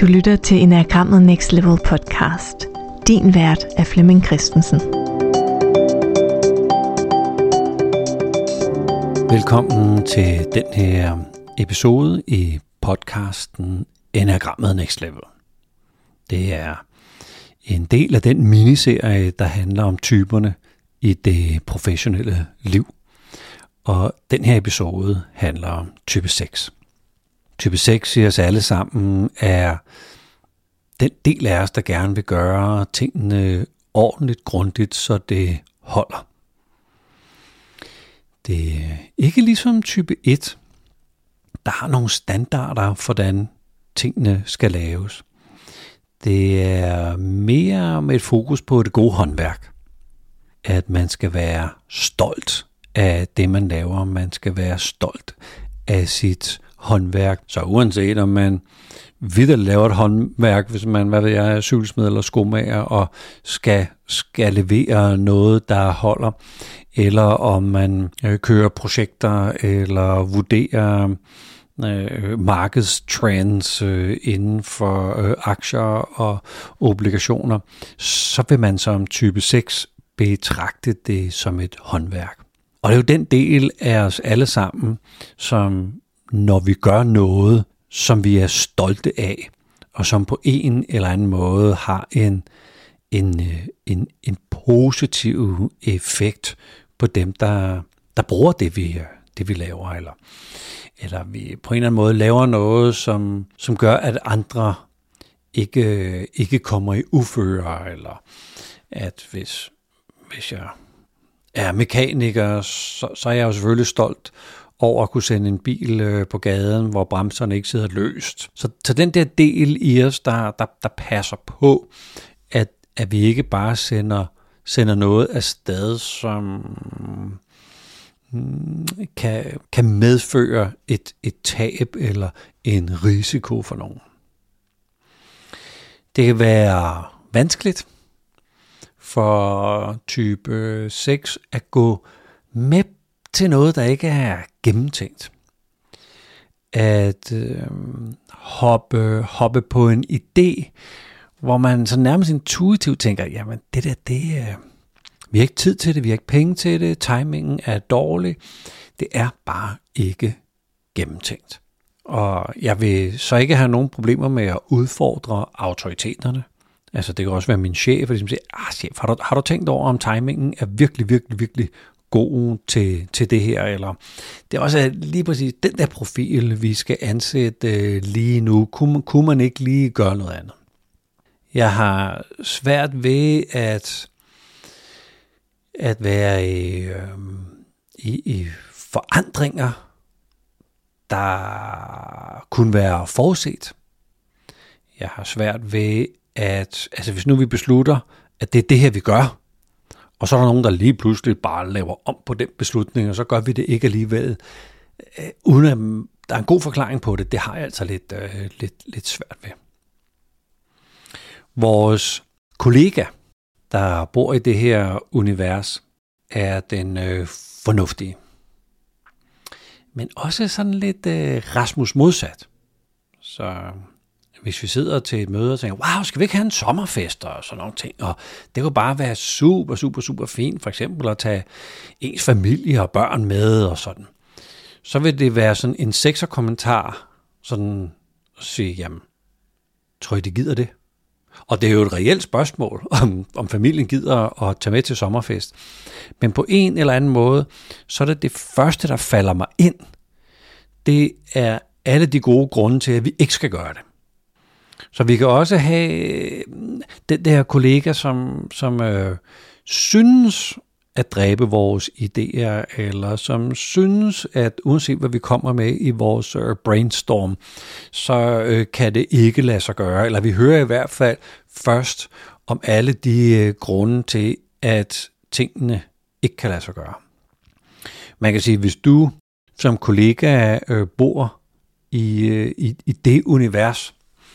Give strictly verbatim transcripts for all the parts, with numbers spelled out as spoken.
lytter til Enneagrammet Next Level podcast. Din vært er Flemming Christensen. Velkommen til den her episode i podcasten Enneagrammet Next Level. Det er en del af den miniserie, der handler om typerne i det professionelle liv. Og den her episode handler om type seks. Type seks i os alle sammen er den del af os, der gerne vil gøre tingene ordentligt, grundigt, så det holder. Det er ikke ligesom type et, der har nogle standarder for, hvordan tingene skal laves. Det er mere med et fokus på det gode håndværk. At man skal være stolt af det, man laver. Man skal være stolt af sit håndværk. Så uanset om man videre laver et håndværk, hvis man, hvad ved jeg, er cykelsmed eller skomager, og skal, skal levere noget, der holder, eller om man øh, kører projekter, eller vurderer øh, markedstrends øh, inden for øh, aktier og obligationer, så vil man som type seks betragte det som et håndværk. Og det er jo den del af os alle sammen, som når vi gør noget, som vi er stolte af, og som på en eller anden måde har en, en, en, en positiv effekt på dem, der, der bruger det vi, det, vi laver, eller, eller vi på en eller anden måde laver noget, som, som gør, at andre ikke, ikke kommer i uføre, eller at hvis, hvis jeg er mekaniker, så, så er jeg jo selvfølgelig stolt over at kunne sende en bil øh, på gaden, hvor bremserne ikke sidder løst. Så, så den der del i os, der, der, der passer på, at, at vi ikke bare sender, sender noget afsted, som mm, kan, kan medføre et, et tab eller en risiko for nogen. Det kan være vanskeligt for type seks at gå med til noget, der ikke er gennemtænkt. At øh, hoppe, hoppe på en idé, hvor man så nærmest intuitivt tænker, jamen det der, det er, vi har ikke tid til det, vi har ikke penge til det, timingen er dårlig, det er bare ikke gennemtænkt. Og jeg vil så ikke have nogen problemer med at udfordre autoriteterne. Altså det kan også være min chef, der siger, ah chef, har du, har du tænkt over, om timingen er virkelig, virkelig, virkelig god til, til det her, eller det er også lige præcis den der profil, vi skal ansætte lige nu. Kunne, kunne man ikke lige gøre noget andet? Jeg har svært ved at, at være i, øh, i, i forandringer, der kunne være forudset. Jeg har svært ved at, altså hvis nu vi beslutter, at det er det her, vi gør, og så er der nogen, der lige pludselig bare laver om på den beslutning, og så gør vi det ikke alligevel, øh, uden at der er en god forklaring på det. Det har jeg altså lidt, øh, lidt, lidt svært ved. Vores kollega, der bor i det her univers, er den øh, fornuftige. Men også sådan lidt øh, Rasmus modsat. Så hvis vi sidder til et møde og tænker, wow, skal vi ikke have en sommerfest og sådan nogle ting, og det kunne bare være super, super, super fint, for eksempel at tage ens familie og børn med og sådan, så vil det være sådan en sekser-kommentar, sådan at sige, jamen, tror I, de gider det? Og det er jo et reelt spørgsmål, om, om familien gider at tage med til sommerfest. Men på en eller anden måde, så er det det første, der falder mig ind, det er alle de gode grunde til, at vi ikke skal gøre det. Så vi kan også have den der kollega, som, som øh, synes at dræbe vores idéer, eller som synes, at uanset hvad vi kommer med i vores øh, brainstorm, så øh, kan det ikke lade sig gøre. Eller vi hører i hvert fald først om alle de øh, grunde til, at tingene ikke kan lade sig gøre. Man kan sige, hvis du som kollega øh, bor i, øh, i, i det univers,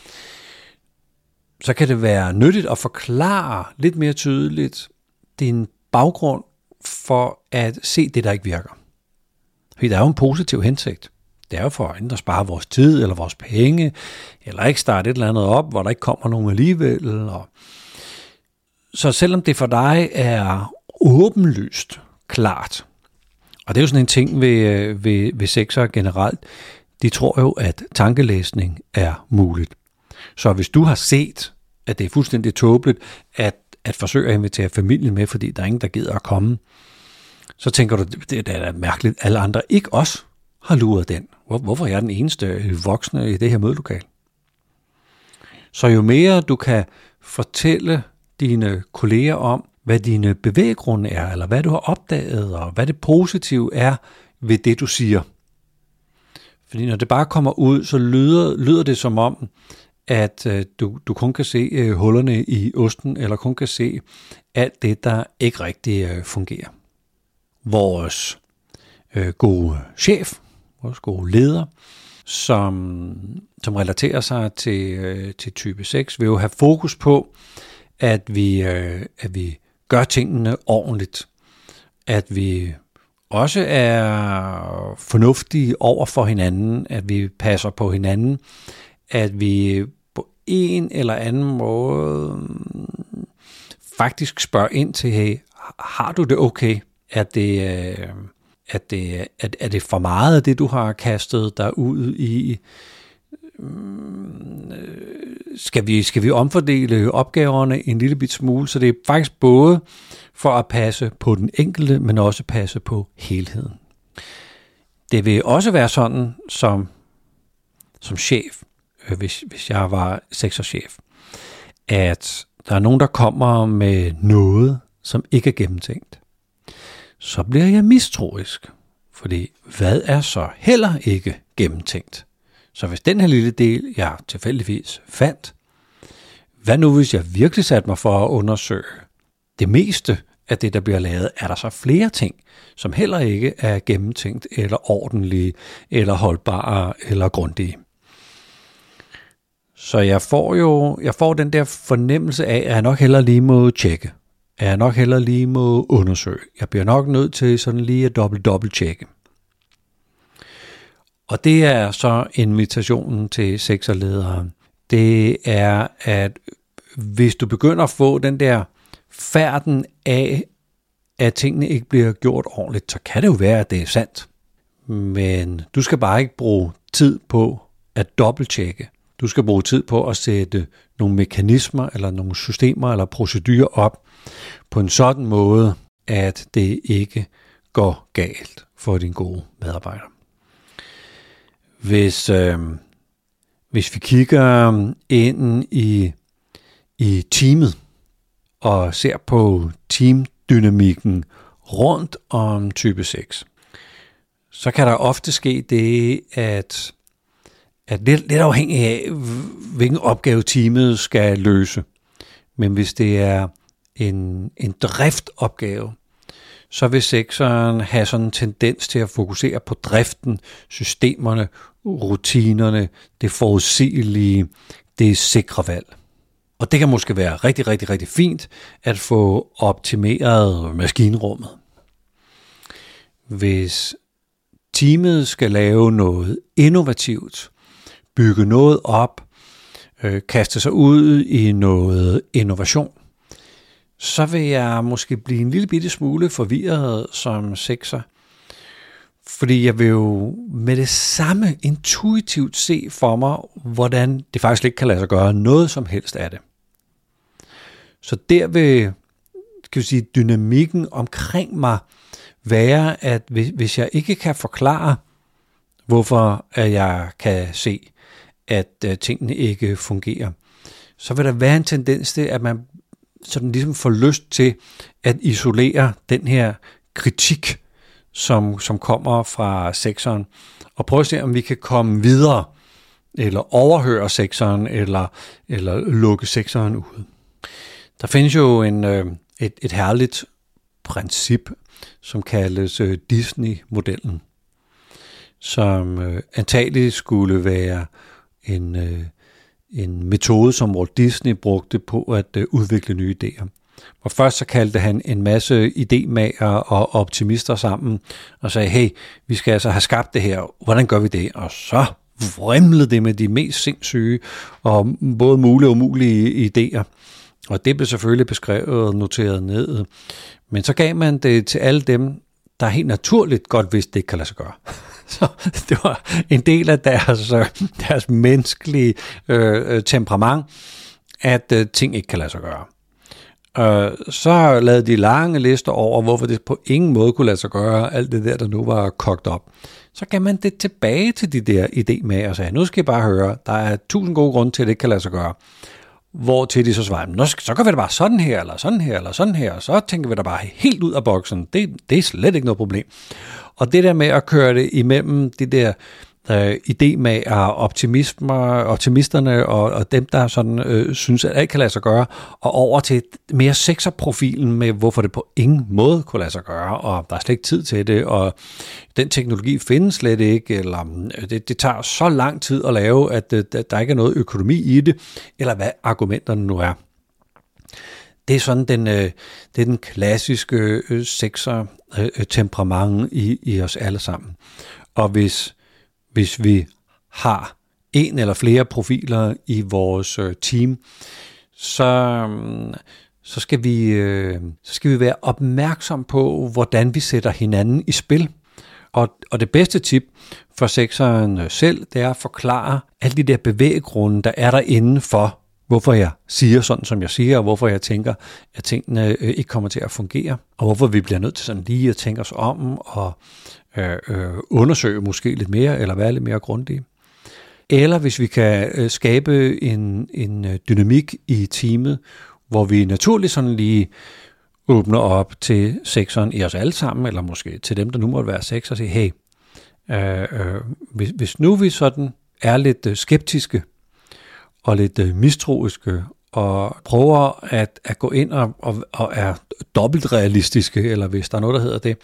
så kan det være nyttigt at forklare lidt mere tydeligt din baggrund for at se det, der ikke virker. Fordi der er jo en positiv hensigt. Det er jo for enten at spare vores tid, eller vores penge, eller ikke starte et eller andet op, hvor der ikke kommer nogen alligevel. Og så selvom det for dig er åbenlyst klart, og det er jo sådan en ting ved, ved, ved sekser generelt, de tror jo, at tankelæsning er muligt. Så hvis du har set, at det er fuldstændig tåbeligt, at, at forsøge at invitere familien med, fordi der er ingen, der gider at komme, så tænker du, det er da mærkeligt, alle andre ikke også har luret den. Hvor, hvorfor er jeg den eneste voksne i det her mødelokal? Så jo mere du kan fortælle dine kolleger om, hvad dine bevæggrunde er, eller hvad du har opdaget, og hvad det positive er ved det, du siger. Fordi når det bare kommer ud, så lyder, lyder det som om, at øh, du, du kun kan se øh, hullerne i osten, eller kun kan se alt det, der ikke rigtig øh, fungerer. Vores øh, gode chef, vores gode leder, som, som relaterer sig til, øh, til type seks, vil jo have fokus på, at vi, øh, at vi gør tingene ordentligt, at vi også er fornuftige over for hinanden, at vi passer på hinanden, at vi på en eller anden måde faktisk spørger ind til, hey, har du det okay? Er det, er det, er det for meget af det, du har kastet dig ud i? Skal vi, skal vi omfordele opgaverne en lille bit smule, så det er faktisk både for at passe på den enkelte, men også passe på helheden. Det vil også være sådan som, som chef, hvis, hvis jeg var sekserchef, at der er nogen, der kommer med noget, som ikke er gennemtænkt. Så bliver jeg mistroisk, fordi hvad er så heller ikke gennemtænkt? Så hvis den her lille del, jeg tilfældigvis fandt, hvad nu hvis jeg virkelig satte mig for at undersøge det meste af det, der bliver lavet, er der så flere ting, som heller ikke er gennemtænkt, eller ordentlige, eller holdbare, eller grundige. Så jeg får jo jeg får den der fornemmelse af, at jeg nok heller lige må tjekke. At jeg nok heller lige må undersøge. Jeg bliver nok nødt til sådan lige at dobbelt-dobbelt-tjekke. Og det er så invitationen til sekserledere. Det er, at hvis du begynder at få den der færden af, at tingene ikke bliver gjort ordentligt, så kan det jo være, at det er sandt. Men du skal bare ikke bruge tid på at dobbelttjekke. Du skal bruge tid på at sætte nogle mekanismer, eller nogle systemer, eller procedurer op på en sådan måde, at det ikke går galt for dine gode medarbejdere. Hvis, øh, hvis vi kigger ind i, i teamet og ser på teamdynamikken rundt om type seks, så kan der ofte ske det, at, at lidt, lidt afhængig af, hvilken opgave teamet skal løse. Men hvis det er en, en driftopgave, så vil sekseren have sådan en tendens til at fokusere på driften, systemerne, rutinerne, det forudsigelige, det sikre valg. Og det kan måske være rigtig, rigtig, rigtig fint at få optimeret maskinrummet. Hvis teamet skal lave noget innovativt, bygge noget op, øh, kaste sig ud i noget innovation, så vil jeg måske blive en lille bitte smule forvirret som sekser. Fordi jeg vil jo med det samme intuitivt se for mig, hvordan det faktisk ikke kan lade sig gøre noget som helst af det. Så der vil, skal vi sige, dynamikken omkring mig være, at hvis jeg ikke kan forklare, hvorfor jeg kan se, at tingene ikke fungerer, så vil der være en tendens til, at man sådan ligesom får lyst til at isolere den her kritik, som, som kommer fra sekseren, og prøve at se, om vi kan komme videre, eller overhøre sekseren, eller, eller lukke sekseren ud. Der findes jo en, et, et herligt princip, som kaldes Disney-modellen, som antageligt skulle være en, en metode, som Walt Disney brugte på at udvikle nye idéer. Hvor først så kaldte han en masse idémager og optimister sammen og sagde, hey, vi skal altså have skabt det her, hvordan gør vi det? Og så vrimlede det med de mest sindssyge og både mulige og umulige idéer. Og det blev selvfølgelig beskrevet og noteret ned. Men så gav man det til alle dem, der helt naturligt godt vidste, det ikke kan lade sig gøre. Så det var en del af deres, deres menneskelige øh, temperament, at øh, ting ikke kan lade sig gøre. Øh, så lavede de lange lister over, hvorfor det på ingen måde kunne lade sig gøre, alt det der, der nu var kogt op. Så gav man det tilbage til de der idémager og sagde, nu skal I bare høre, der er tusind gode grunde til, at det ikke kan lade sig gøre. Hvor til de så svarede, så gør vi det bare sådan her, eller sådan her, eller sådan her, og så tænker vi da bare helt ud af boksen. Det, det er slet ikke noget problem. Og det der med at køre det imellem de der øh, idémager, optimismer, optimisterne og, og dem, der sådan, øh, synes, at alt kan lade sig gøre, og over til mere sekserprofilen med, hvorfor det på ingen måde kunne lade sig gøre, og der er slet ikke tid til det, og den teknologi findes slet ikke, eller det, det tager så lang tid at lave, at øh, der ikke er noget økonomi i det, eller hvad argumenterne nu er. Det er sådan den, øh, det er den klassiske øh, sekser øh, temperament i, i os alle sammen. Og hvis, hvis vi har en eller flere profiler i vores øh, team, så, så, skal vi, øh, så skal vi være opmærksom på, hvordan vi sætter hinanden i spil. Og, og det bedste tip for sekseren selv, det er at forklare alle de der bevæggrunde, der er der inden for, hvorfor jeg siger sådan, som jeg siger, og hvorfor jeg tænker, at tingene øh, ikke kommer til at fungere, og hvorfor vi bliver nødt til sådan lige at tænke os om og øh, øh, undersøge måske lidt mere, eller være lidt mere grundige. Eller hvis vi kan øh, skabe en, en dynamik i teamet, hvor vi naturligt sådan lige åbner op til sekseren i os alle sammen, eller måske til dem, der nu måtte være seks, og sige, hey, øh, øh, hvis, hvis nu vi sådan er lidt øh, skeptiske, og lidt øh, mistroiske, og prøver at, at gå ind og, og, og er dobbelt realistiske, eller hvis der er noget, der hedder det.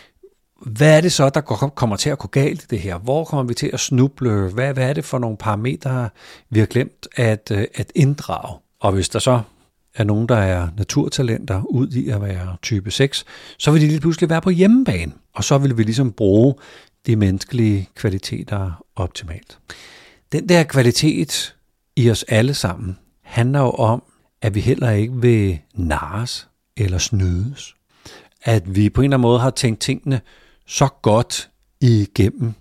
Hvad er det så, der kommer til at gå galt i det her? Hvor kommer vi til at snuble? Hvad, hvad er det for nogle parametre, vi har glemt at, at inddrage? Og hvis der så er nogen, der er naturtalenter ud i at være type seks, så vil de lige pludselig være på hjemmebane, og så vil vi ligesom bruge de menneskelige kvaliteter optimalt. Den der kvalitet i os alle sammen handler jo om, at vi heller ikke vil narres eller snydes. At vi på en eller anden måde har tænkt tingene så godt igennem,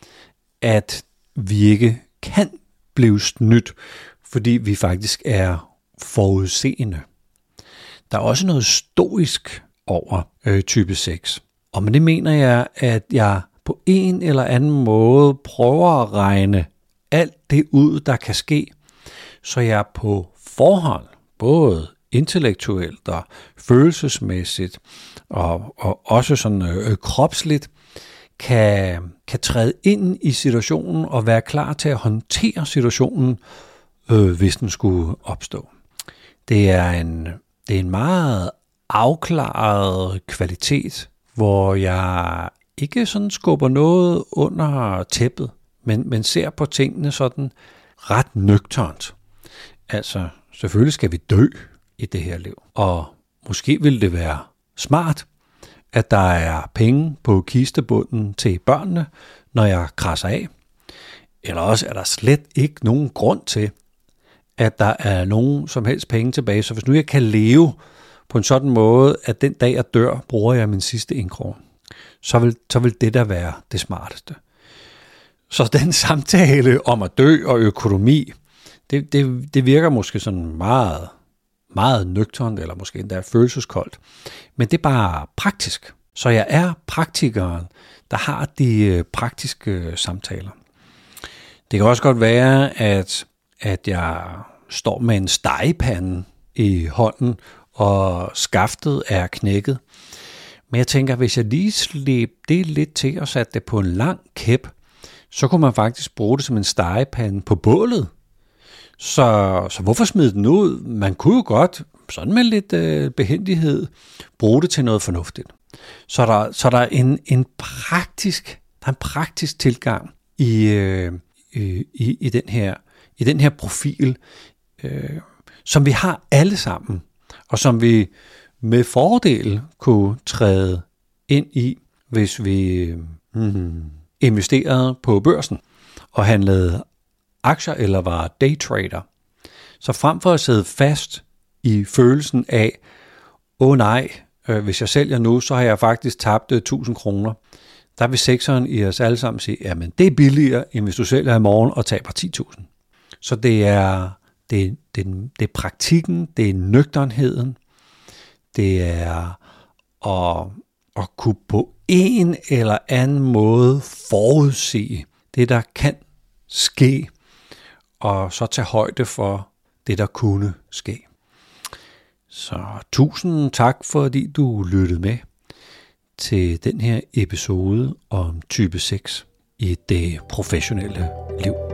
at vi ikke kan blive snydt, fordi vi faktisk er forudseende. Der er også noget stoisk over øh, type seks. Og med det mener jeg, at jeg på en eller anden måde prøver at regne alt det ud, der kan ske, så jeg på forhånd, både intellektuelt og følelsesmæssigt, og, og også sådan øh, kropsligt, kan, kan træde ind i situationen og være klar til at håndtere situationen, øh, hvis den skulle opstå. Det er en, det er en meget afklaret kvalitet, hvor jeg ikke sådan skubber noget under tæppet, men, men ser på tingene sådan ret nøgternt. Altså, selvfølgelig skal vi dø i det her liv, og måske vil det være smart, at der er penge på kistebunden til børnene, når jeg krasser af. Eller også er der slet ikke nogen grund til, at der er nogen som helst penge tilbage. Så hvis nu jeg kan leve på en sådan måde, at den dag jeg dør, bruger jeg min sidste en krone, så vil, så vil det der være det smarteste. Så den samtale om at dø og økonomi, det, det, det virker måske sådan meget, meget nøgternt, eller måske endda følelseskoldt. Men det er bare praktisk. Så jeg er praktikeren, der har de praktiske samtaler. Det kan også godt være, at, at jeg står med en stegepande i hånden, og skaftet er knækket. Men jeg tænker, hvis jeg lige slæb det lidt til og satte det på en lang kæp, så kunne man faktisk bruge det som en stegepande på bålet. Så, så hvorfor smide den ud? Man kunne jo godt, sådan med lidt øh, behændighed, bruge det til noget fornuftigt. Så der, så der er en, en praktisk, der er en praktisk tilgang i, øh, i, i, den her, i den her profil, øh, som vi har alle sammen. og som vi med fordel kunne træde ind i, hvis vi hmm, investerede på børsen og handlede aktier eller var daytrader. Så frem for at sidde fast i følelsen af, åh oh nej, øh, hvis jeg sælger nu, så har jeg faktisk tabt øh, tusind kroner. Der vil sekseren i os alle sammen sige, jamen det er billigere, end hvis du sælger i morgen og taber ti tusind. Så det er, det, det, det er praktikken, det er nøgternheden, det er at, at kunne på en eller anden måde forudse det, der kan ske, og så tage højde for det, der kunne ske. Så tusind tak, fordi du lyttede med til den her episode om type seks i det professionelle liv.